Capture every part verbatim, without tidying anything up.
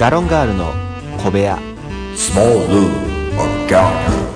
ガロンガールの小部屋。 Small Lou or Gallagher。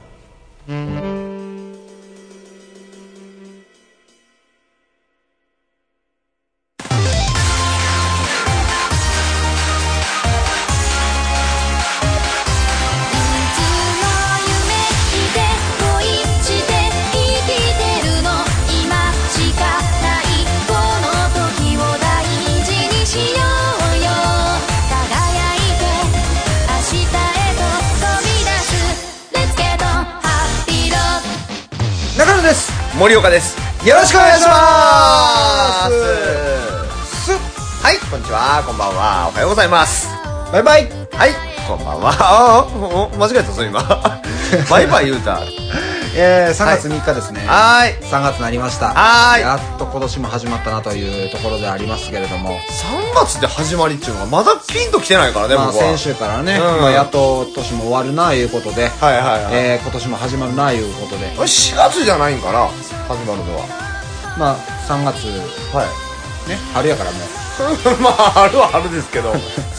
森岡です。よろしくお願いします。はい、こんにちは、こんばんは、おはようございます。 バイバイ。 はい、こんばんは。ああ、間違えたぞ今。バイバイ言うた。 えー、さんがつみっかですね。 はい。 さんがつになりました。 はい。 やっと今年も始まったなというところでありますけれども。 さんがつで始まりっていうのはまだピンときてないからね、 まあ、 僕は。 先週からね、 うん、 まあ、やっと年も終わるないうことで、 はいはいはい。 えー、今年も始まるないうことで。 しがつじゃないんかな、始まるのは。 まあ、さんがつ、 はい。 ね、春やからもう。 まあ春は春ですけど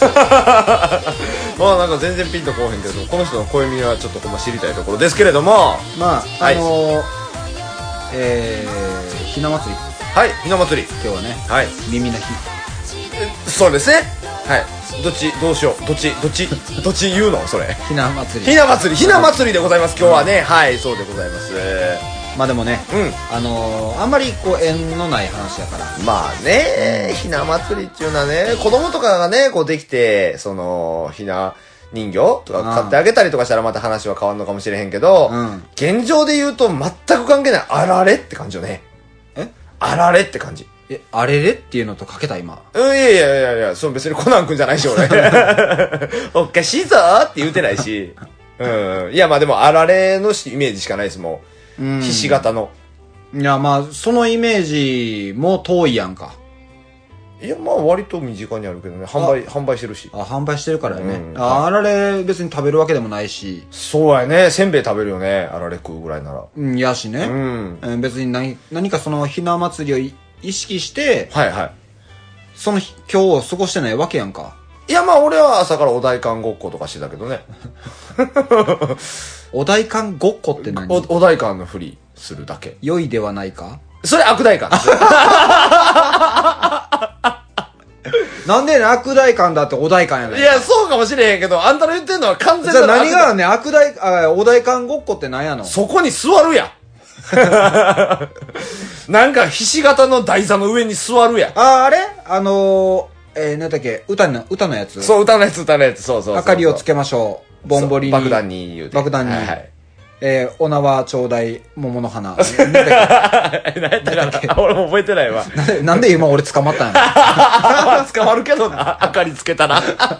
まあなんか全然ピンとこうへんけど、この人の声耳はちょっとほんま知りたいところですけれども、 まあ、はい、あのー、えー、ひな祭り。 はい、ひな祭り。 今日はね、 はい、 耳の日。 そうですね。はい。どっちどうしよう、どっちどっちどっち言うのそれ。 ひな祭り。 ひな祭り、ひな祭りでございます。今日はね、はい、そうでございます。 まあでもね、うん、あのー、あんまりこう縁のない話だから。 まあね、うん、ひな祭りっていうのはね、子供とかがね、こうできて、その、ひな人形とか買ってあげたりとかしたらまた話は変わるのかもしれへんけど、うん、現状で言うと全く関係ない、あられって感じよね。 えあられって感じ。 え、あれれっていうのとかけた今。 うん、いやいやいやいや、そう別にコナン君じゃないし、俺。おかしいぞーって言うてないし。うん。いや、まあでも、あられのイメージしかないです、もう。ひし形の。 いや、まあ、そのイメージも遠いやんか。 いや、まあ、割と身近にあるけどね。販売、販売してるし。 あ、販売してるからね。うん、あ、あられ別に食べるわけでもないし。 そうやね。せんべい食べるよね。あられ食うぐらいなら。 うん、やしね。うん。別に何、何かそのひな祭りを意識して、はいはい。その日、今日を過ごしてないわけやんか。 いや、まあ、俺は朝からお代官ごっことかしてたけどね。 お代官ごっこって何？ お, お代官のふりするだけ。 良いではないか？ それ悪代官。 なんでね、悪代官だってお代官やないか。 いや、そうかもしれへんけど、あんたの言ってんのは完全な。 じゃあ何がね、悪代、あ、お代官ごっこって何やの？ そこに座るやん。なんか、ひし形の台座の上に座るやん。 あ、あれあのー、えー、なんだっけ、歌の、歌のやつ？ そう、歌のやつ、歌のやつ、そうそうそうそう。 明かりをつけましょう。ぼんぼりに。 爆弾に言うて。 爆弾に。はいはい。えー、お縄ちょうだい、桃の花。何だっけ俺も覚えてないわ。 なんで、なんで今俺捕まったんやろ捕まるけどな。明かりつけたな。い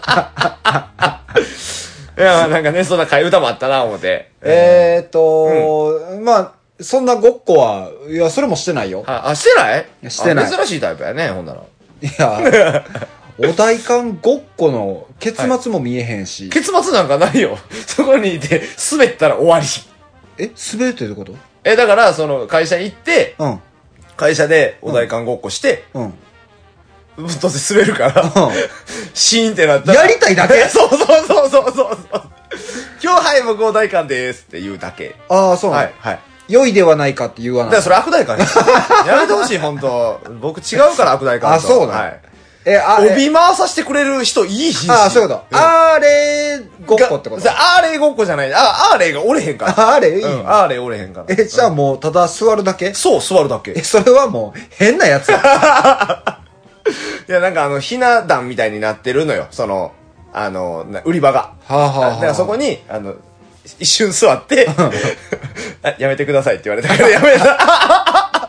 や、なんかね、そんな替え歌もあったな、思って。 えーっと、うん、まあ、そんなごっこは、いや、それもしてないよ。 あ、あしてないしてない。 珍しいタイプやね、ほんなら。 いや、お代官ごっこの結末も見えへんし、はい、 結末なんかないよ。そこにいて滑ったら終わり。 え、滑るってどういうこと？ え、だからその会社行って、うん、会社でお代官ごっこして、うん、どうせ滑るから、うん、シーンってなったらやりたいだけ。 そうそうそうそうそうそう。今日はい僕お代官ですって言うだけ。 ああ、そうなの。はいはい。良いではないかって言わない。 だからそれ悪代官です。やめてほしい本当。僕違うから悪代官と。 あ、そうなの。はい。 え、あれ。帯回させてくれる人いいし。 ああ、そういうこと。あーれーごっこってこと？ あーれーごっこじゃない。あ、あーれーがおれへんから。 あーれーいい、うん、 あーれーおれへんから。 え、じゃあもうただ座るだけ？ そう、座るだけ。 え、それはもう変なやつや。 いや、なんかあの、ひな壇みたいになってるのよ。その、あの、売り場が。 はあ、はあはあ、 だからそこに、あの、一瞬座って、やめてくださいって言われたからやめた。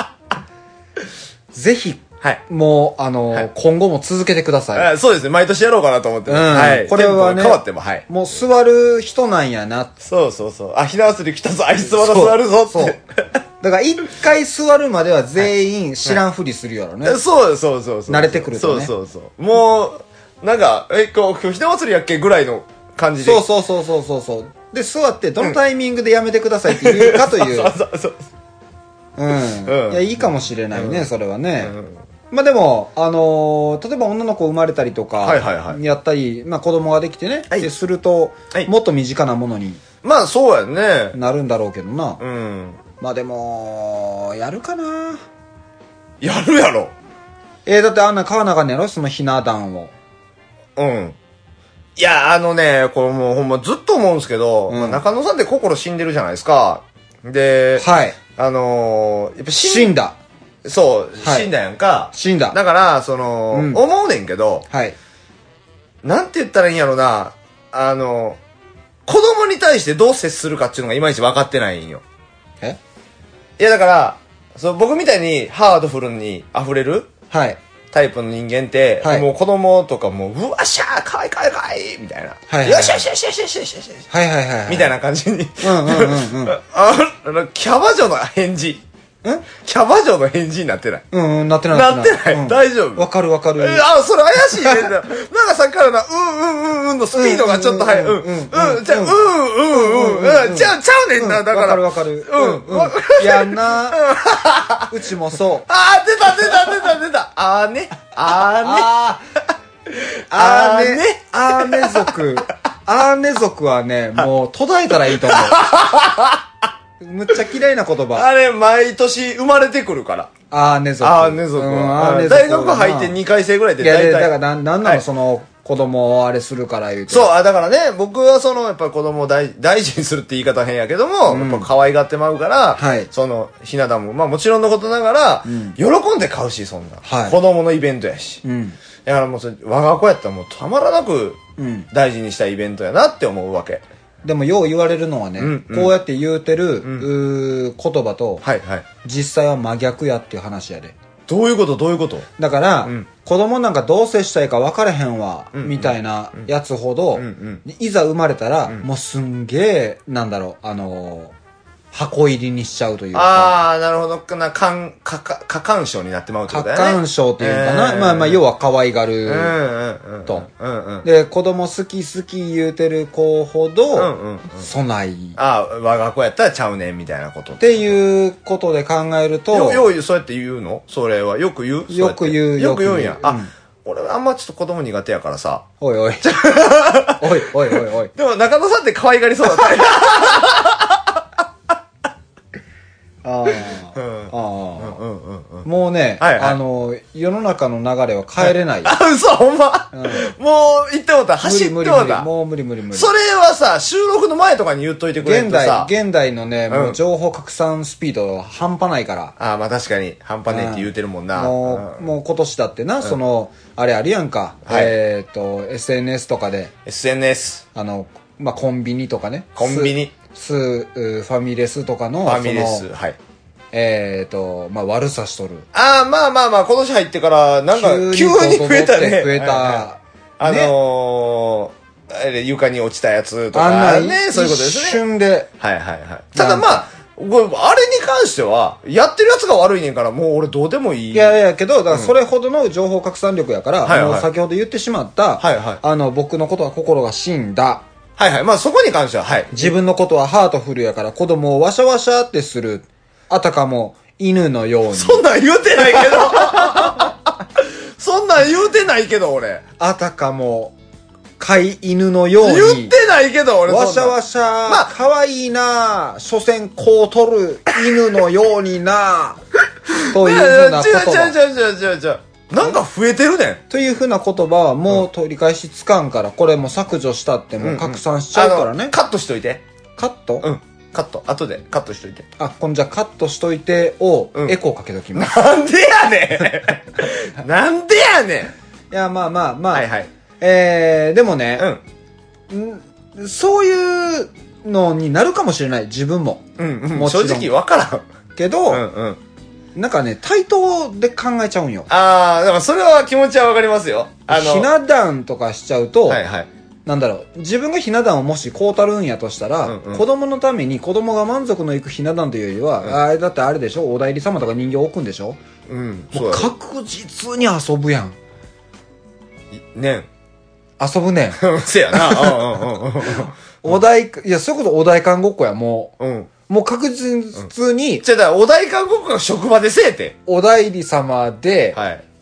ぜひ、はい、もう、あのーはい、今後も続けてください。 そうですね。毎年やろうかなと思ってます。 うん、 はい。 これはね、 変わっても、はい。 もう座る人なんやな。 そうそうそう。あ、ひな祭り来たぞ、あいつまだ座るぞって。そう。 だから一回座るまでは全員知らんふりするやろね。 はいはい、そうそうそうそう。 慣れてくるとね。 そうそうそう。もう、なんか、え、こう、今日ひな祭りやっけぐらいの感じで。 そうそうそうそうそうそう。で、座って、どのタイミングでやめてくださいって言うかという。 そうそうそう。 うん。いや、いいかもしれないね、それはね。 まあでも、あのー、例えば女の子生まれたりとか、はいはいはい、やったり、まあ子供ができてね、はい、ですると、はい、もっと身近なものに。 まあそうやね。 なるんだろうけどな。 うん。 まあでも、やるかな。 やるやろ。 えー、だってあんな買わなあかんねやろそのひな壇を。 うん。いや、あのね、これもうほんまずっと思うんですけど、うん、まあ、中野さんって心死んでるじゃないですか。で、 はい。 あのー、やっぱ死ん死んだ。 そう、はい、死んだやんか。 死んだ。 だから、その、うん、思うねんけど、 はい。 なんて言ったらいいんやろな、あの、子供に対してどう接するかっていうのがいまいち分かってないんよ。 えいやだから、そう、僕みたいにハードフルに溢れるはい。 タイプの人間って、はい、もう子供とかもう、うわっしゃーかわいいかわいいかわいいみたいな。はいはいはい、よしよしよしよしよしよしよし。 はいはいはい、はい。 みたいな感じに。 うんうんうんうん。 あの、キャバ嬢の返事。んキャバ嬢の返事になってない。 うんうん、なってない。 なってない。うん、大丈夫。 わかるわかる。 え、あ、それ怪しいね。なんかさっきからな、うんうんうんうんのスピードがちょっと速い。うんうんうん。じゃあ、うんうんうん。じゃあ、ちゃうねんな、だから。 わかるわかる。うんうん。やんな。うちもそう。 あー、出た出た出た出た。あーね。あーね。 あーね。あーね族。あーね族はね、もう途絶えたらいいと思う。むっちゃ嫌いな言葉。 あれ、毎年生まれてくるから。 あーね族。 あーね族は。大学入ってにかい生ぐらいで大体。いや、だからなん、なんなのその、子供をあれするから言うて。 そう、あ、だからね、僕はその、やっぱ子供を大大事にするって言い方変やけども、うん、やっぱ可愛がってまうから、はい、その、ひな壇も、まあもちろんのことながら、うん、喜んで買うし、そんな。はい、子供のイベントやし。うん、だからもうそれ、我が子やったらもうたまらなく、大事にしたイベントやなって思うわけ。 でもよう言われるのはね、うんうん、こうやって言うてる、うん、う言葉と、 はいはい、 実際は真逆やっていう話やで。 どういうことどういうことだから、うん、子供なんかどう接したいか分かれへんわ、うんうん、みたいなやつほど、うんうん、いざ生まれたら、うん、もうすんげえ、なんだろう、あのー、箱入りにしちゃうというか。 ああ、なるほど。な、かん、か、か、過干渉になってまうってことだよね。 過干渉っていうかな。えー、まあまあ、要は可愛がると。で、子供好き好き言うてる子ほど、うんうんうん、備い。 ああ、我が子やったらちゃうねんみたいなこと。 っていうことで考えると。 よ、よう、そうやって言うのそれは。よく言うよく言う。 よく言うんや。あ、うん、俺はあんまちょっと子供苦手やからさ。 おいおい。おいおいおいおい。 でも中野さんって可愛がりそうだったね。 ああ、ああ、もうね、はいはい、あの世の中の流れは変えれない。 あ、嘘、ほんま、うん、もう行ってもうた、走ってもうた。 もう無理無理無理。 それはさ、収録の前とかに言っといてくれるとさ。 現代、現代のね、もう情報拡散スピード半端ないから。 ああ、まあ確かに半端ねえって言うてるもんな。 もう、もう今年だってな、うん、そのあれあるやんか。はい、えっと エスエヌエス とかで。 エスエヌエス。 あのまあコンビニとかね。 コンビニ。 スファミレスとかのファミレス、はい。 えっと、まあ、悪さしとる。 ああ、まあまあまあ、今年入ってから、なんか、急に増えたね。 増えた。はいはい、 あのー、ね、あれ、床に落ちたやつとか、 あんね、そういうことですね。一瞬で。 はいはいはい。ただまあ、これ、あれに関しては、やってるやつが悪いねんから、もう俺どうでもいい。 いやいやけど、だからそれほどの情報拡散力やから、うん、もう先ほど言ってしまった、はいはい、あの、僕のことは心が死んだ。 はいはい。まあそこに関しては、はい。 自分のことはハートフルやから、子供をワシャワシャってする。あたかも、犬のように。 そんなん言うてないけど。そんなん言うてないけど、俺。 あたかも、飼い犬のように。 言ってないけど、俺。 わしゃわしゃ、まあ、かわいいな、所詮こう取る犬のようにな、というふうな言葉。 違う違う違う違う違う。なんか増えてるねん。 というふうな言葉はもう取り返しつかんから、これも削除したってもう拡散しちゃうからね。うんうん、 カットしといて。 カット？ うん。カット。後でカットしといて。 あ、こんじゃカットしといてを、エコーかけときます。 なんでやねんなんでやねんいや、まあまあまあ。はいはい。えー、でもね、うん、そういうのになるかもしれない、自分も。 うんうん。もう正直わからん。 けど、うんうん。なんかね、対等で考えちゃうんよ。 ああ、だからそれは気持ちはわかりますよ。 あの、ひな壇とかしちゃうと、はいはい。なんだろう、自分がひな壇をもしこうたるんやとしたら、うんうん、子供のために子供が満足のいくひな壇というよりは、うん、あれだってあれでしょ、お内裏様とか人形置くんでしょ、うん、もう確実に遊ぶやん。 ねん。 遊ぶねん。 せやな。 お代、いや、そういうことお代官ごっこや、もう。うん。もう確実に。 じゃあ、お代官ごっこが職場でせえて。 お代理様で、はい。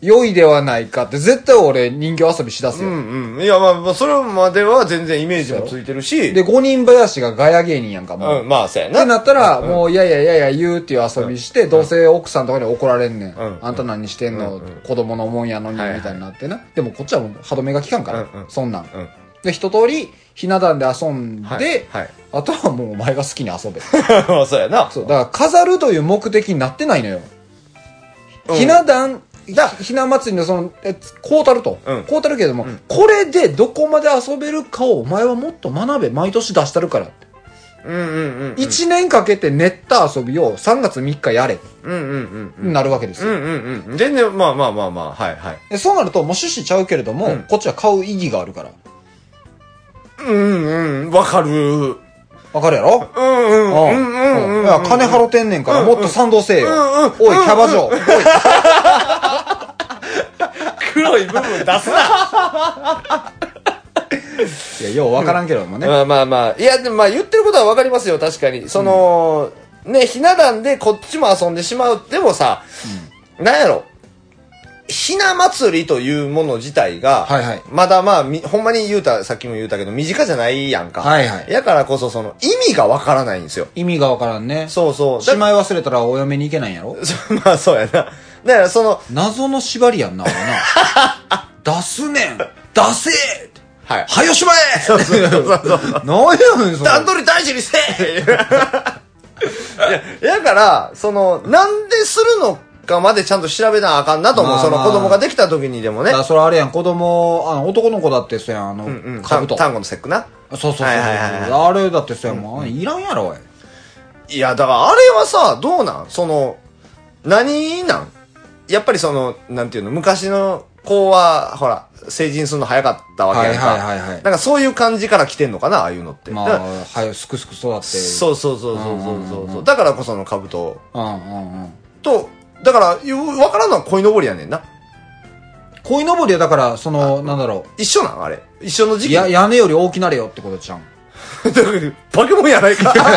良いではないかって絶対俺人形遊びしだすよ。 うんうん。いやまあまあ、それまでは全然イメージもついてるし。 で、五人林がガヤ芸人やんかもう。 うん、まあそうやな。 ってなったら、うん、もういやいやいやいや言うっていう遊びして、うん、どうせ奥さんとかに怒られんねん。うん、あんた何してんの、うん、子供のもんやのに、みたいになってな。でもこっちはもう歯止めが効かんから、うんうん、そんなん。うん、で、一通り、ひな壇で遊んで、はいはい、あとはもうお前が好きに遊べ。 そうやな。 そう。だから飾るという目的になってないのよ。うん、ひな壇、だひな祭りのその、え、こうたると。うん、こうたるけれども、うん、これでどこまで遊べるかをお前はもっと学べ。毎年出したるから。うんうんうん、うん。一年かけて練った遊びをさんがつみっかやれ。うんうんうん。なるわけですよ。うんうんうん。全然、まあまあまあまあ、はいはい。 でそうなると、もう趣旨ちゃうけれども、うん、こっちは買う意義があるから。 うんうん、わかる。 わかるやろ？うんうんうんうん。いや、金払ってんねんから、もっと賛同せえよ。おい、キャバ嬢。おい。 黒い部分出すな。 いや、ようわからんけどもね。 まあまあまあ。いや、でもまあ言ってることはわかりますよ、確かに。その、ね、ひな壇でこっちも遊んでしまう。でもさ、なんやろ。ひな祭りというもの自体が、はいはい、まだまあ、ほんまに言うた、さっきも言うたけど、身近じゃないやんか。はいはい。やからこそ、その、意味がわからないんですよ。 意味がわからんね。 そうそう。 しまい忘れたらお嫁に行けないんやろまあ、そうやな。だからその、 謎の縛りやんな、な。出すねん出せはい。はよしまえそうそうそうそう。何やねん、それ。 段取り大事にせえいや、だから、その、なんでするのかまでちゃんと調べなあかんなと思う。まあまあ、その子供ができた時にでもね。 あ、それあれやん、子供、あの、男の子だってそうやん、あの、うんうん、 かぶと。単語の節句な。 そうそうそう。はいはいはいはい、あれだってそうやもん、うんうん、いらんやろ、おい。 いや、だからあれはさ、どうなんその、何なんやっぱりその、なんていうの、昔の子は、ほら、成人するの早かったわけやんか。はいはいはい、はい。なんかそういう感じから来てんのかな、ああいうのって。 まあ、はよ、すくすく育って。 そうそうそうそうそうそう。だからこその兜。うんうんうん。と、だから、わからんのは鯉のぼりやねんな。 鯉のぼりはだから、その、なんだろう。 一緒なんあれ。一緒の時期。 や、屋根より大きなれよってことちゃん。 だから、化け物やないか。 だから、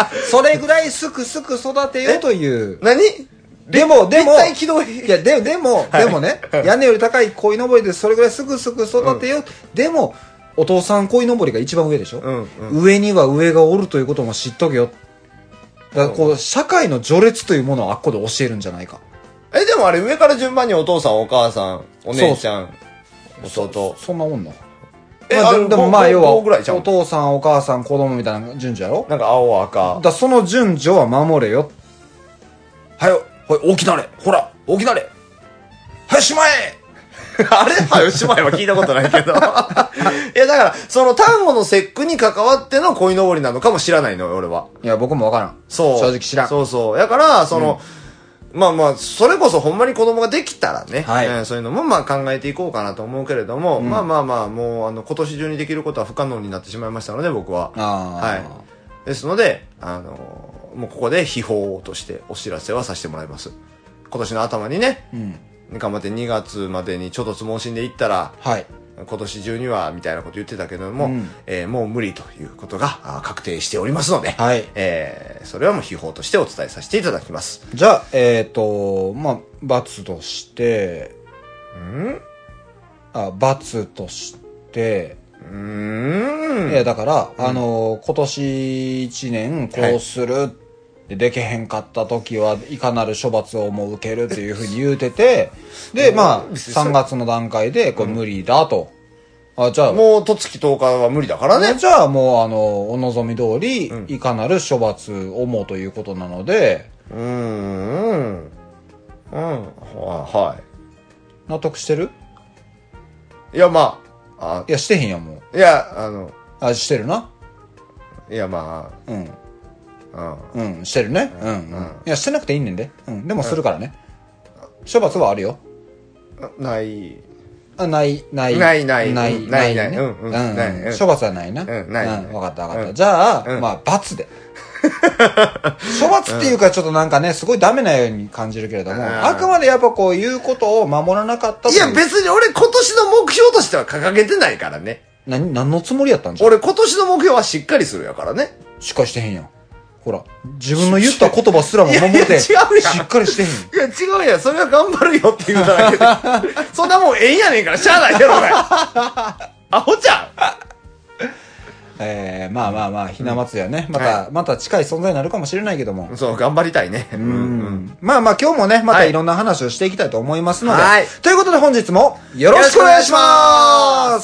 それぐらいすくすく育てよという。 何でも、でも、 立体軌道いや、で、でも、はい、でもね、屋根より高い鯉のぼりでそれぐらいすくすく育てよ。うん、でも、お父さん鯉のぼりが一番上でしょ、うんうん、上には上がおるということも知っとけよ。だからこう、社会の序列というものをあっこで教えるんじゃないか。 え、でもあれ上から順番にお父さん、お母さん、お姉ちゃん、弟。 そ, そんなもんな。 え、 まあ、でもまあ要は、お父さん、お母さん、子供みたいな順序やろなんか青、赤。 だその順序は守れよ。はよ。ほい、大きなれほら大きなれはよしまえあれはよしまえは聞いたことないけど。いや、だから、その単語の節句に関わっての鯉のぼりなのかも知らないのよ、俺は。 いや、僕もわからん。 そう。 正直知らん。 そうそう。だから、その、うん、まあまあ、それこそほんまに子供ができたらね、はい、えー、そういうのもまあ考えていこうかなと思うけれども、うん、まあまあまあ、もう、あの、今年中にできることは不可能になってしまいましたので、僕は。はい。ですので、あの、もうここで秘宝としてお知らせはさせてもらいます。今年の頭にね、うん、頑張ってにがつまでにちょっとつ盲信で行ったら、はい、今年中にはみたいなこと言ってたけども、うん、えー、もう無理ということが確定しておりますので、はい、えー、それはもう秘宝としてお伝えさせていただきます。 じゃあ、えっ、ー、と、まあ、罰として、んあ、罰として、うーん。いや、だから、うん、あの、今年一年こうする、はい、で、でけへんかった時はいかなる処罰をもう受けるっていうふうに言うてて、で、まあ、さんがつの段階で、これ無理だと。うん、あ、じゃあ。 もう、とつきとおかは無理だからね。 じゃあ、もう、あの、お望み通り、うん、いかなる処罰をもうということなので、うーん、うん、うん、はい。納得してる？ いや、まあ、 あ、いや、してへんやん、もう。いや、あの、 あ、してるな。 いや、まあ、うん。 うん、うん、してるね。うん、うん。いや、してなくていいねんで。うん、でもするからね。処罰はあるよ。 ない。 あ、ない、ない。 ない、ない。 ない、 ない、 ない。うん、うん。処罰はないな。 うん、ない。 うん、わかったわかった。じゃあ、まあ、罰で。処罰っていうかちょっとなんかね、すごいダメなように感じるけれども、あくまでやっぱこういうことを守らなかったという。 いや、別に俺今年の目標としては掲げてないからね。 何、何のつもりやったんじゃん。 俺今年の目標はしっかりするやからね。 しっかりしてへんやん。 ほら、自分の言った言葉すらも守って、しっかりしてへん。 いや、違うやん。それは頑張るよって言うただけで。そんなもんええんやねんから、しゃあないやろ、お前。アホちゃんえー、まあまあまあ、ひな祭りはね、また、はい、また近い存在になるかもしれないけども。 そう、頑張りたいね。 うんうん。まあまあ今日もね、またいろんな話をしていきたいと思いますので。はい。ということで本日もよろしくお願いします。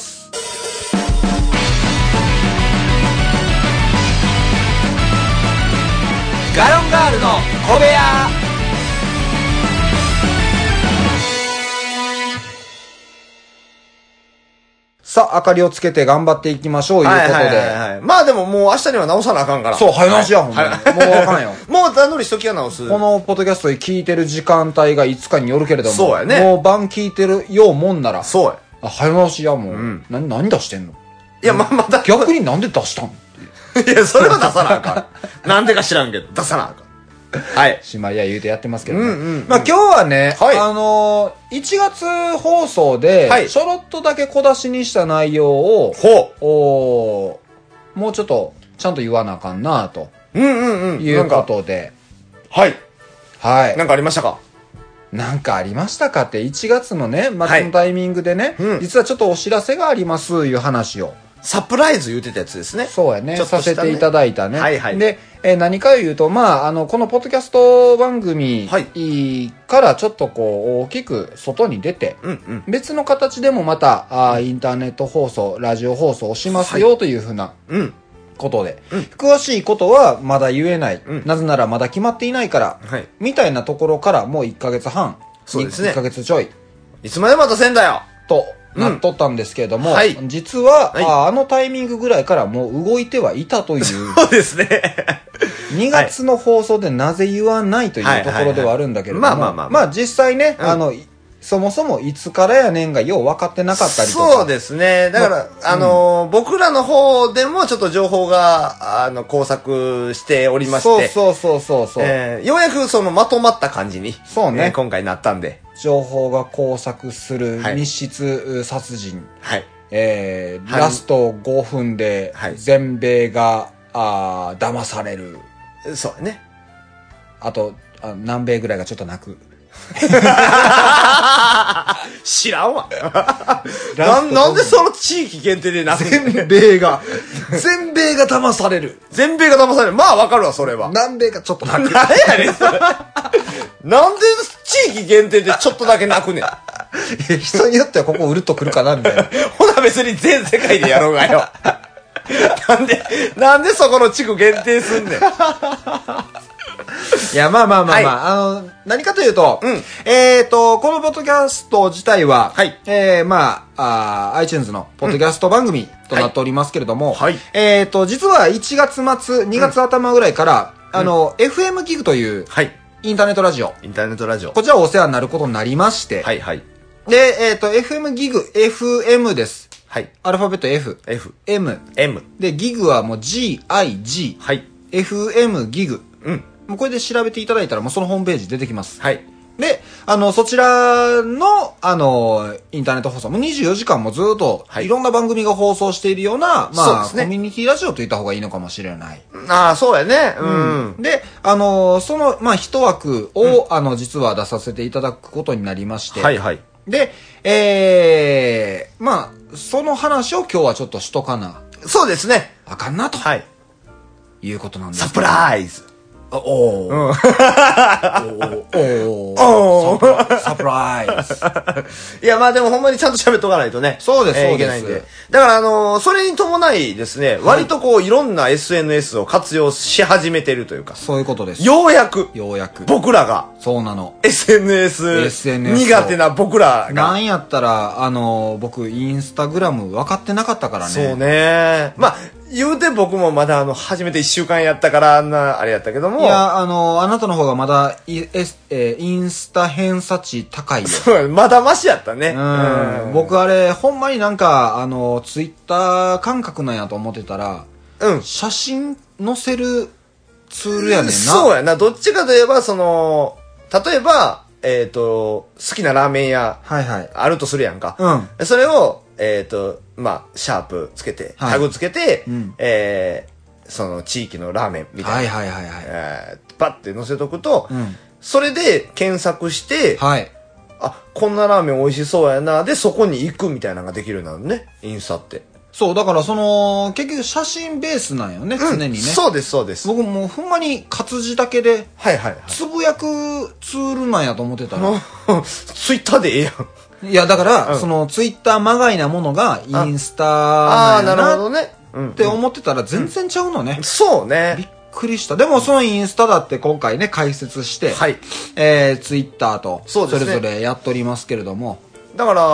ガロンガールの小部屋。 さあ、明かりをつけて頑張っていきましょう、いうことで。はいはいはい。まあでももう明日には直さなあかんから。 そう、早直しや、ほんまに。もうあかんよ。 もう段取りしときは直す。 このポッドキャストで聞いてる時間帯がいつかによるけれども。 そうやね。 もう晩聞いてるようもんなら。 そうや。 あ、早直しや、もう。うん。何、何出してんの？ いや、まあまだ。 逆になんで出したん？ いや、それは出さなあかん。なんでか知らんけど、出さなあかん。はい。 しまいや言うてやってますけどね。うんうんうん、まあ今日はね、はい、あのー、いちがつ放送で、はい、ちょろっとだけ小出しにした内容を、ほう。おもうちょっと、ちゃんと言わなあかんなと。 うんうんうん。 いうことで。 はい。 はい。 なんかありましたか？ なんかありましたかって、いちがつのね、末のタイミングでね、はいうん、実はちょっとお知らせがあります、いう話を。 サプライズ言うてたやつですね。 そうやね。ねさせていただいたね。 はいはい。 で、えー、何かを言うと、まあ、あの、このポッドキャスト番組からちょっとこう、大きく外に出て、うんうん、別の形でもまたあ、インターネット放送、ラジオ放送をしますよ、はい、というふうなことで、うん、詳しいことはまだ言えない、うん。なぜならまだ決まっていないから、はい、みたいなところからもういっかげつはん。 そうですね。 いっかげつちょい。 いつまで待たせんだよと。なっとったんですけれども、うんはい、実は、はい、あ, あのタイミングぐらいからもう動いてはいたという。 そうですね。 にがつの放送でなぜ言わないというところではあるんだけれども、まあまあまあまあ実際ね、うん、あの、そもそもいつからやねんがよう分かってなかったりとか。 そうですね。だから、まあ、あの、うん、僕らの方でもちょっと情報が、あの、工作しておりまして。 そうそうそうそう、 えー。ようやくそのまとまった感じに。 そうね。 えー、今回なったんで。 情報が交錯する密室殺人。はい。えー、ラストごふんで、全米が、あ騙される。 そうやね。 あとあ、南米ぐらいがちょっと泣く。 知らんわな。なんでその地域限定で泣くの？ 全米が、全米が騙される。 全米が騙される。まあわかるわ、それは。 南米がちょっと泣く。 何やねん、それ。なんで地域限定でちょっとだけ泣くねん。 人によってはここうるっとくるかな、みたいな。 ほな別に全世界でやろうがよ。なんで、なんでそこの地区限定すんねん。 いや、まあまあまあまあ、はい、あの、何かというと、うん、えっと、このポッドキャスト自体は、はい、えー、まあ、あ iTunes のポッドキャスト番組となっておりますけれども、はい、えっと、実はいちがつ末、にがつ頭ぐらいから、うん、あの、うん、エフエム ギグという、はい、インターネットラジオ。 インターネットラジオ。 こちらお世話になることになりまして、はいはい。で、えっと、エフエム ギグ、エフエム です。はい。アルファベット F。 F。 M。 M。 で、ギグはもう ジーアイジー。はい。エフエム ギグ。うん。もうこれで調べていただいたらもうそのホームページ出てきます。はい。で、あの、そちらの、あの、インターネット放送もにじゅうよじかんもずっと、いろんな番組が放送しているような、まあ、コミュニティラジオと言った方がいいのかもしれない。 ああ、そうやね。うん。 うん、で、あの、その、まあ、一枠を、うん、あの、実は出させていただくことになりまして。はいはい。で、えー、まあ、その話を今日はちょっとしとかな。 そうですね。 あかんなと。はい。いうことなんです。 サプライズ。 おおー。うん、おー。おー。サプライズ。 いや、まあでもほんまにちゃんと喋っとかないとね。 そうです、 えー、そうです。いけないんで。だからあのー、それに伴いですね、はい、割とこういろんな エスエヌエス を活用し始めてるというか。 そういうことです。 ようやく。 ようやく。 僕らが。 そうなの。 エスエヌエス。エスエヌエス。苦手な僕らが。 なんやったら、あのー、僕、インスタグラム分かってなかったからね。 そうね。まあ、言うて僕もまだあの、初めて一週間やったからあんな、あれやったけども。 いや、あの、あなたの方がまだ、いええー、インスタ偏差値高いよ。 そう、まだマシやったね。 うん。うん、僕あれ、ほんまになんか、あの、ツイッター感覚なんやと思ってたら、うん。写真載せるツールやねんな。 そうやな。どっちかといえば、その、例えば、えっと、好きなラーメン屋、はいはい。あるとするやんか。うん。それを、えっと、まあ、シャープつけて、タグつけて、うん、えその地域のラーメンみたいな。 はいはいはいはい。 えー、パッて載せとくと、 うん、 それで検索して、 はい。 あ、こんなラーメン美味しそうやな。で、そこに行くみたいなのができるようになるね。インスタって。 そう、だからその、結局写真ベースなんよね、常にね。 そうです、そうです。 僕もうほんまに活字だけで、 はいはい、はい。 つぶやくツールなんやと思ってたら。 ツイッターでええやん。いや、だから、うん、そのツイッターまがいなものがインスタなんやな。ああ、なるほどね。って思ってたら全然ちゃうのね。 うん、そうね。 びっくりした。でもそのインスタだって今回ね、解説して、はい。えー、ツイッターと、それぞれやっておりますけれども。 だから、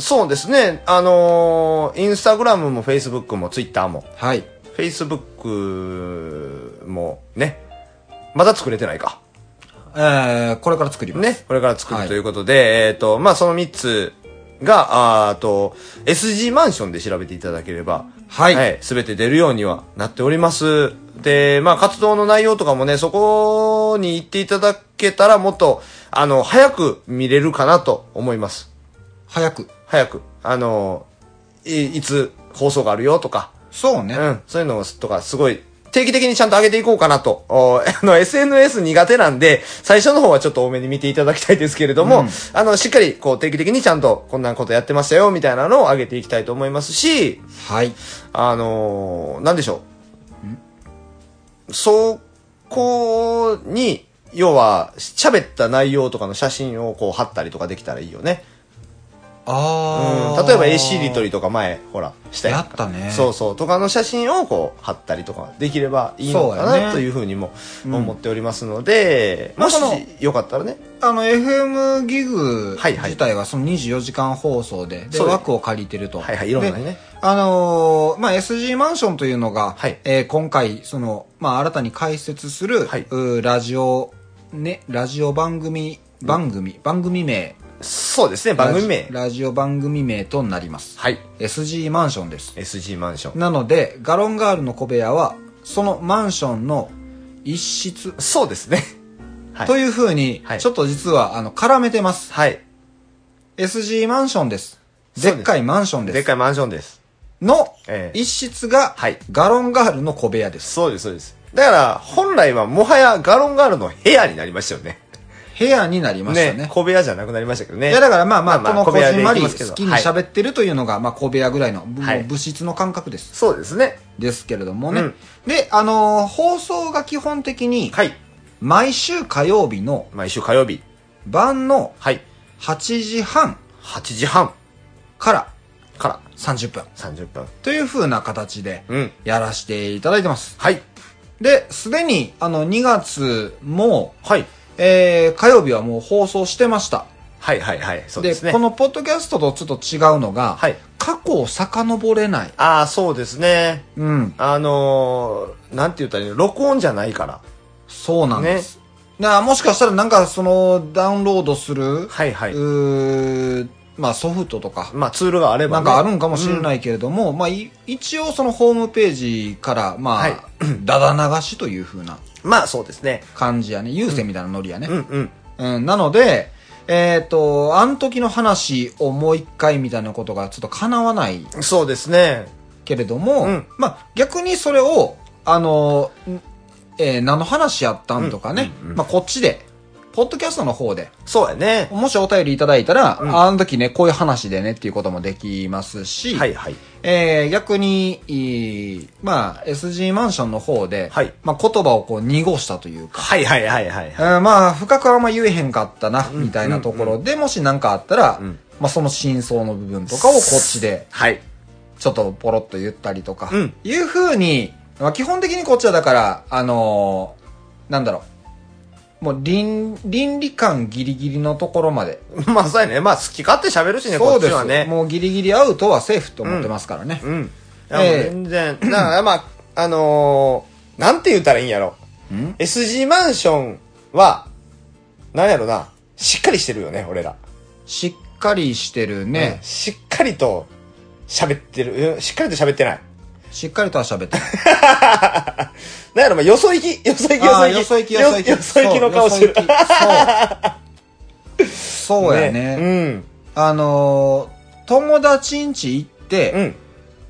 そうですね。あのー、インスタグラムもフェイスブックもツイッターも。 はい。 フェイスブックもね、まだ作れてないか。 えー、これから作ります。 ね、これから作るということで、はい、えっ、ー、と、まあ、そのみっつが、あと、エスジー マンションで調べていただければ、はい。はい。すべて出るようにはなっております。で、まあ、活動の内容とかもね、そこに行っていただけたらもっと、あの、早く見れるかなと思います。 早く早く。あの、い、いつ放送があるよとか。 そうね。 うん。そういうのとか、すごい、定期的にちゃんと上げていこうかなと。あの、エスエヌエス 苦手なんで、最初の方はちょっと多めに見ていただきたいですけれども、うん、あの、しっかり、こう、定期的にちゃんと、こんなことやってましたよ、みたいなのを上げていきたいと思いますし、 はい。 あのー、なんでしょう。そこに、要は、喋った内容とかの写真をこう貼ったりとかできたらいいよね。 ああ、うん、例えば エーシー リトリとか前ほらしたやったね。 そうそうとかの写真をこう貼ったりとかできればいいのかなというふうにも思っておりますので、うん、もしよかったらね、 あの エフエム ギグ自体はそのにじゅうよじかん放送で、はいはい、で枠を借りてると、 はいはい、いろんなね、 あのー、まあ エスジー マンションというのが、はい、えー、今回そのまあ新たに開設する、はい、ラジオねラジオ番組番組、うん、番組名。 そうですね、番組名ラ。ラジオ番組名となります。 はい。 エスジー マンションです。 エスジー マンション。 なので、ガロンガールの小部屋は、そのマンションの一室。 そうですね。 はい。という風に、ちょっと実は、あの、絡めてます。 はい。 エスジー マンションです。でっかいマンションです。 でっかいマンションです。 の、一室が、はい。ガロンガールの小部屋です。 そうです、そうです。だから、本来はもはやガロンガールの部屋になりましたよね。 部屋になりましたね。 ね、小部屋じゃなくなりましたけどね。 いやだからまあまあ、まあまあ、このこじんまり好きに喋ってるというのが、はい、まあ小部屋ぐらいの、はい、物質の感覚です。 そうですね。 ですけれどもね。うん、で、あのー、放送が基本的に、はい。毎週火曜日の、 毎週火曜日。 晩の、はい。はちじはん。 はちじはん。 から、 から、 さんじゅっぷん。 さんじゅっぷん。 という風な形で、やらせていただいてます。 はい。 で、すでに、あの、にがつも、 はい。 えー、火曜日はもう放送してました。 はいはいはい。そうですね。 で、このポッドキャストとちょっと違うのが、はい、過去を遡れない。 ああ、そうですね。 うん。 あのー、なんて言ったらいいの、録音じゃないから。 そうなんです。ね、だからもしかしたらなんかその、ダウンロードする、 はいはい。うーまあソフトとか。 まあツールがあれば、 ね。なんかあるんかもしれないけれども、うん、まあ一応そのホームページから、まあ、はい、だだ流しという風な。 まあそうですね。 感じやね。優先みたいなノリやね。 うんうん。 うん、なので、えっ、ー、と、あの時の話をもう一回みたいなことがちょっと叶わない。 そうですね。 けれども、うん、まあ逆にそれを、あの、えー、何の話やったんとかね、うんうんうん、まあこっちで、ポッドキャストの方で。 そうやね。 もしお便りいただいたら、うん、あの時ね、こういう話でねっていうこともできますし、 はいはい。 えー、逆に、まあ、エスジー マンションの方で、はい、まあ言葉をこう濁したというか、 はいはいはいはい、はい。 えー、まあ、深くはあんま言えへんかったな、みたいなところで、うん、もし何かあったら、うん、まあその真相の部分とかをこっちで、 はい。 ちょっとポロッと言ったりとか、うん、いう風に、まあ基本的にこっちはだから、あのー、なんだろう、もう倫、倫理観ギリギリのところまで。 まあそうやね。まあ好き勝手喋るしね、こっちはね。 もうギリギリアウトはセーフと思ってますからね。 うん。うん、いや、えー、全然。だからまあ、あのー、なんて言ったらいいんやろ。ん エスジー マンションは、なんやろな、しっかりしてるよね、俺ら。 しっかりしてるね。 うん、しっかりと喋ってる。しっかりと喋ってない。 しっかりとは喋ってない。 なんやろ、まあ、よそ行き、よそ行き、よそ行き。 よそ行き、よそ行き。 よそ行きの顔してる。 そう。そうやね。 ね、うん。 あのー、友達ん家行って、うん、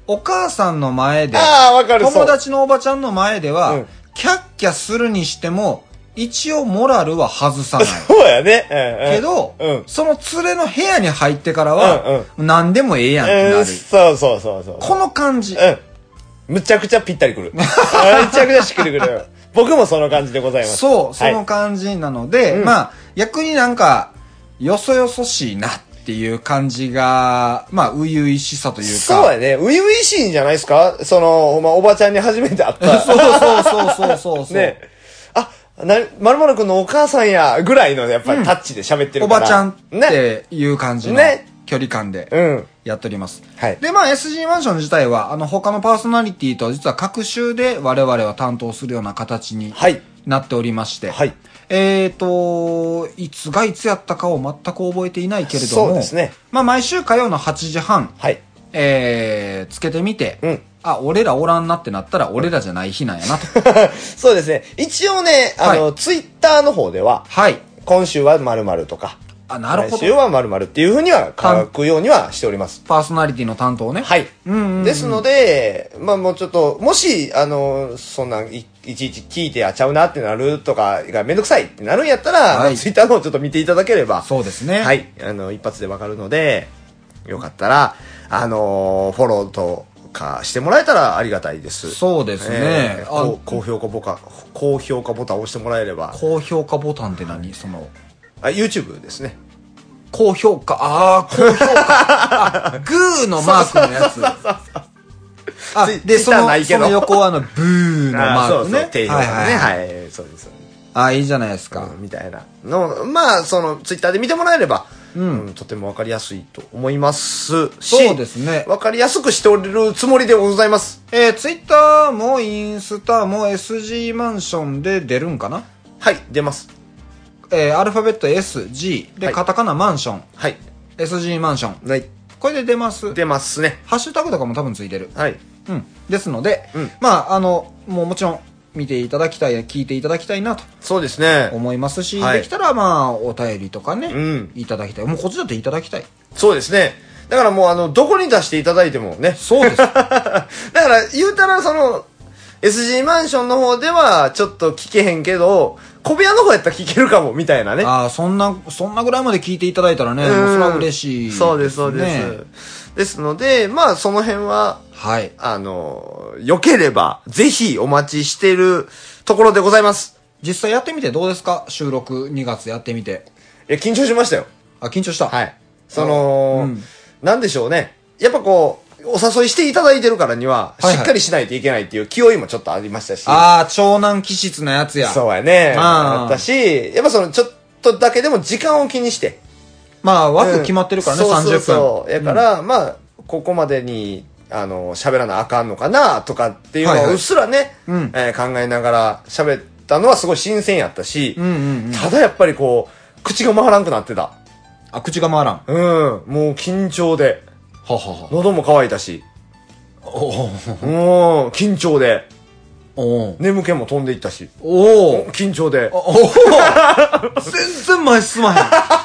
お母さんの前で、 ああ、わかる。 友達のおばちゃんの前では、 うん、 キャッキャするにしても、一応モラルは外さない。 そうやね。うんうん、 けど、 うん、 その連れの部屋に入ってからは、うんうん、何でもええやんってなる、うん。 そうそうそうそう。 この感じ。 うん。むちゃくちゃぴったりくる。むちゃくちゃしっくりくる。僕もその感じでございます。 そう、その感じなので、はい、まあ、逆になんか、よそよそしいなっていう感じが、まあ、初々しさというか。 そうやね。初々しいんじゃないですかその、まあ、おばちゃんに初めて会った。 そうそうそうそうそうそう。 ね。あ、な、まるまるくんのお母さんや、ぐらいのやっぱりタッチで喋ってるから、うん、 おばちゃんっていう感じの距離感でやっております。 ね、はい。 で、まあ エスジー マンション自体は、あの他のパーソナリティと実は各週で我々は担当するような形になっておりまして、はい。えーと、いつがいつやったかを全く覚えていないけれども、 そうですね。 まあ毎週火曜のはちじはん、 はい。 えー、つけてみて、うん。あ、俺らおらんなってなったら、俺らじゃない日なんやなと。 そうですね。一応ね、あの、はい、ツイッターの方では、はい。今週は〇〇とか、 あ、なるほど。 来週は〇〇っていうふうには書くようにはしております。 パーソナリティの担当ね。 はい。うんうんうん、ですので、まあもうちょっと、もし、あの、そんない、いちいち聞いてやちゃうなってなるとかがめんどくさいってなるんやったら、はい、ツイッターの方ちょっと見ていただければ。 そうですね。 はい。あの、一発でわかるので、よかったら、あのー、フォローとかしてもらえたらありがたいです。 そうですね。 えー、高評価ボタン、高評価ボタンを押してもらえれば。 高評価ボタンって何その。 あ、YouTube ですね。 高評価、ああ、高評価。あ、グーのマークのやつ。そうそうそうそうあ、で、その、その横はあの、ブーのマークね。そうそう、 低評価ね。はい、はい、そうです。 ああ、いいじゃないですか。 うん、みたいなの、まあ、その、ツイッターで見てもらえれば、うん、うん、とてもわかりやすいと思いますし、 そうですね。 わかりやすくしておるつもりでございます。 えー、ツイッターもインスタも エスジー マンションで出るんかな？ はい、出ます。 えー、アルファベット エスジー で、はい、カタカナマンション。 はい。 エスジー マンション。 はい。 これで出ます。 出ますね。 ハッシュタグとかも多分ついてる。 はい。 うん。ですので、うん、まあ、あの、もうもちろん、見ていただきたい、聞いていただきたいなと。 そうですね。 思いますし、はい、できたらまあ、お便りとかね、 うん、 いただきたい。もうこっちだっていただきたい。 そうですね。だからもうあの、どこに出していただいてもね。 そうです。だから言うたらその、エスジー マンションの方ではちょっと聞けへんけど、小部屋の方やったら聞けるかもみたいなね。 ああ、そんな、そんなぐらいまで聞いていただいたらね、もうそれは嬉しいですね。 そうです、そうです。ですので、まあその辺は、 はい。 あの、良ければ、ぜひお待ちしてるところでございます。 実際やってみてどうですか？収録にがつやってみて。 いや、緊張しましたよ。 あ、緊張した。 はい。その、うん、なんでしょうね。やっぱこう、お誘いしていただいてるからには、しっかりしないといけないっていう気負いもちょっとありましたし。 ああ、長男気質なやつや。 そうやね。あったし、やっぱその、ちょっとだけでも時間を気にして。 まあ、枠決まってるからね、うん、さんじゅっぷん。そうそうそう。やから、うん、まあ、ここまでに、あの、喋らなあかんのかな、とかっていうのをうっすらね、はいはいうん、えー、考えながら喋ったのはすごい新鮮やったし、うんうんうん、ただやっぱりこう、口が回らんくなってた。 あ、口が回らん。 うん。もう緊張で。 ははは。 喉も渇いたし。おお。緊張で。お眠気も飛んでいったし。おお。緊張で。おお。 全然前進まへん。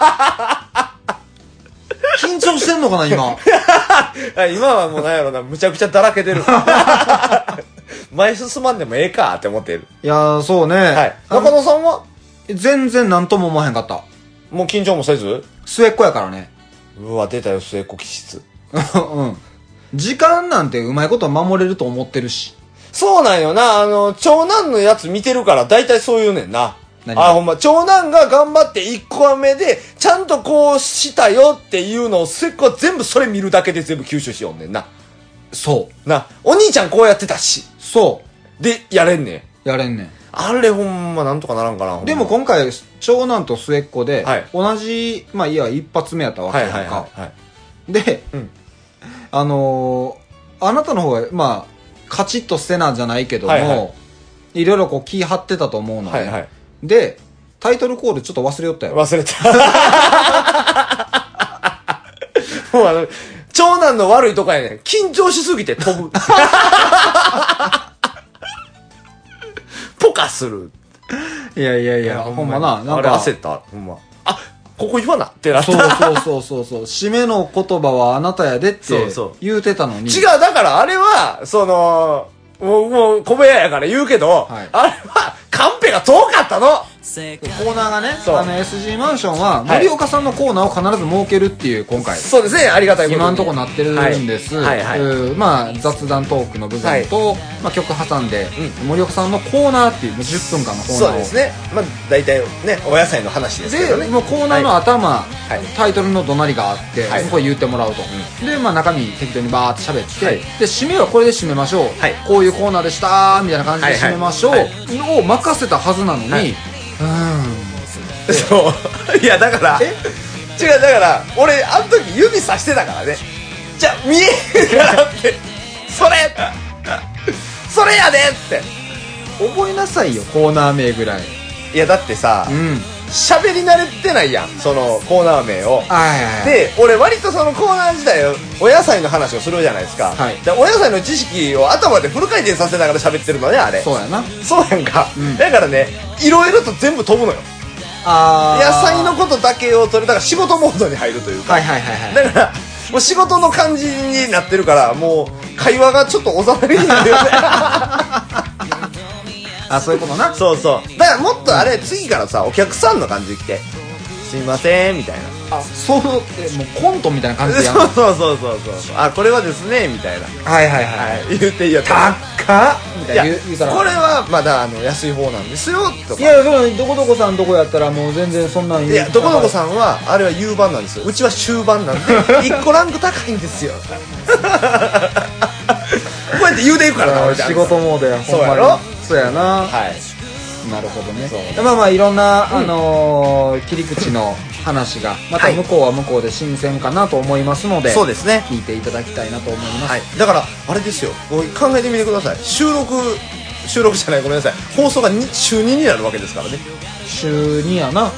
緊張してんのかな、今。 今はもうなんやろな、むちゃくちゃだらけてる。前進まんでもええかって思ってる。 いやー、そうね。 はい。中野さんは全然なんとも思わへんかった。 もう緊張もせず末っ子やからね。 うわ、出たよ、末っ子気質。 うん。時間なんてうまいこと守れると思ってるし。 そうなんよな。あの、長男のやつ見てるから大体そういうねんな。あ、ほんま、長男が頑張っていっこめで、ちゃんとこうしたよっていうのを末っ子は全部それ見るだけで全部吸収しようねんな。 そう。 な、お兄ちゃんこうやってたし。 そう。 で、やれんねん。やれんねん。 あれほんまなんとかならんかな。 でも今回、長男と末っ子で、はい、同じ、まあいや、一発目やったわけやんか。はいはいはいはい、で、うん、あのー、あなたの方が、まあ、カチッとせなじゃないけども、はいはい、いろいろこう気張ってたと思うので、はいはい、で、タイトルコールちょっと忘れよったよ。 忘れた。もうあの、長男の悪いとこやねん。緊張しすぎて飛ぶ。ポカする。 いやいやいや、ほんまな、 なんか。あれ焦った、ほんま。あ、 ここ言わなってなった。 そうそうそうそうそう。締めの言葉はあなたやでって言うてたのに。 違う、だからあれは、その、もう、もう、米屋やから言うけど、はい、あれは、カンペが遠かったの。 コーナーがね、あの エスジー マンションは森岡さんのコーナーを必ず設けるっていう今回、 そうですね、ありがたいことに今のところなってるんです、はいはいはい、まあ雑談トークの部分と、はい、まあ、曲挟んで、うん、森岡さんのコーナーっていうじゅっぷんかんのコーナーを、 そうですね、まあ大体ねお野菜の話ですけどね、 でもうコーナーの頭、はい、タイトルの怒鳴りがあって、はい、これ言ってもらうと、うん、でまあ中身適当にバーって喋って、はい、で締めはこれで締めましょう、はい、こういうコーナーでしたみたいな感じで締めましょう、はいはい、を任せたはずなのに、はい、うーんそういやだから違う、だから俺あの時指さしてたからね、じゃあ見えへんからってそれそれやでって覚えなさいよ、コーナー名ぐらい。 いやだってさ、喋、うん、り慣れてないやん、そのコーナー名を。はいはいはい、で俺割とそのコーナー自体をお野菜の話をするじゃないですか、はい、でお野菜の知識を頭でフル回転させながら喋ってるのね、あれ。 そうやな、 そうやんか、うん、だからねいろいろと全部飛ぶのよ。あ野菜のことだけを取る、だから仕事モードに入るというか、はいはいはいはい、だからもう仕事の感じになってるから、もう会話がちょっとおざなりになるよねあ、そういうことな。 そうそう、だからもっとあれ、次からさお客さんの感じで来てすいませんみたいな、 あ、そうってもうコントみたいな感じでやるそうそうそうそうそう、あ、これはですねみたいな、 はいはいはい、はい、 言っていいや高っみたいな言うたら、 これはまだあの安い方なんですよとか。 いや、そうどこどこさんどこやったらもう全然そんなん言う。 いや、どこどこさんはあれは夕番なんですよ、うちは終盤なんでいっこランク高いんですよこうやって言うていくからな、 仕事モードや。 そうやろ、 そうやな、はい、なるほどね。まあまあいろんな、うん、あのー、切り口の話がまた向こうは向こうで新鮮かなと思いますので、 そうですね、 聞いていただきたいなと思います、 はい、だからあれですよ、考えてみてください、収録収録じゃない、ごめんなさい、放送が週にになるわけですからね。 週にやな、はい、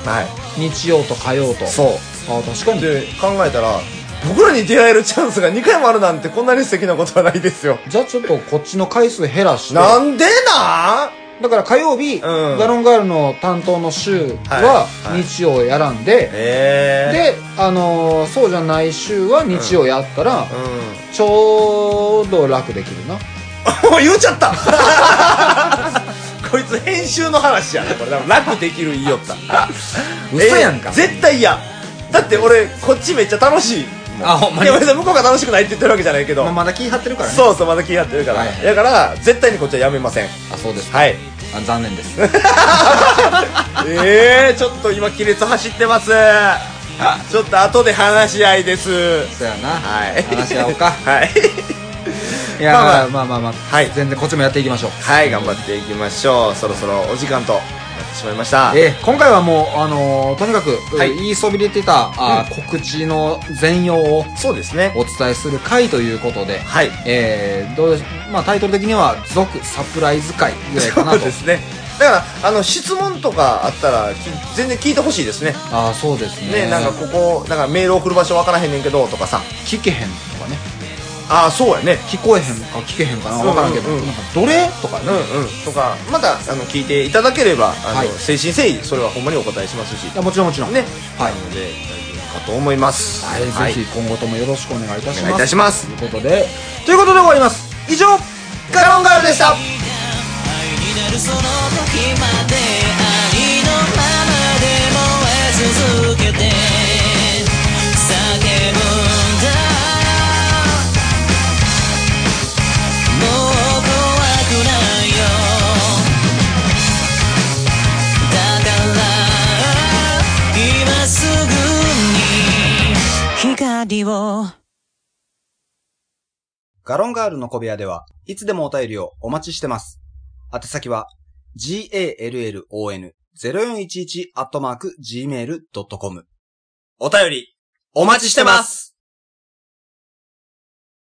日曜と火曜と。 そう、 あ、確かに。 で考えたら僕らに出会えるチャンスがにかいもあるなんてこんなに素敵なことはないですよ。 じゃあちょっとこっちの回数減らして。 なんでなだから火曜日、うん、ガロンガールの担当の週は日曜やらんで、はいはい、で、あのー、そうじゃない週は日曜やったら、うんうん、ちょうど楽できるな。 もう言っちゃったこいつ編集の話やな、これ楽できる言いよった嘘やんか、 えー、絶対嫌だって俺こっちめっちゃ楽しい。 あ、ほんまに。 いや向こうが楽しくないって言ってるわけじゃないけど、 まあ、まだ気張ってるからね。 そうそう、まだ気張ってるから、はいはい、だから絶対にこっちはやめません。 あ、そうですか。 はい、 あ、残念ですえー、ちょっと今亀裂走ってますちょっと後で話し合いです。 そうやな、 はい、 話し合おうかはいいや、まあまあまあまあ、まあ、はい、全然こっちもやっていきましょう。 はい、頑張っていきましょう。そろそろお時間となってしまいました。 えー、今回はもう、あのー、とにかく、はい、言いそびれてたあ、うん、告知の全容をそうですね、 お伝えする回ということで、はい、えー、どうでしまあ、タイトル的には「続サプライズ回」ぐらいかなと。 そうですね。だからあの質問とかあったら全然聞いてほしいですね。 ああ、そうですね。 ね、なんかここなんかメール送る場所わからへんねんけどとかさ、 聞けへんとかね。 ああ、そうやね、 聞こえへんか聞けへんかな、分からんけど、うんうん、なんかどれとかね、 うんうん、とかまたあの聞いていただければあの、はい、誠心誠意それはほんまにお答えしますし、いや、もちろんもちろんね、 はい、 なので大丈夫かと思います。 はい、はい、ぜひ今後ともよろしくお願いいたします。 お願いいたします。 ということでということで終わります。以上、 ガロンガールでした。 その時までありのままで燃え続けて叫ぶんだ、もう怖くないよ、だから今すぐに光を。 ガロンガールの小部屋ではいつでもお便りをお待ちしてます。宛先は ガロンゼロよんいちいち アットマーク ジーメールドットコム。 お便りお待ちしてます。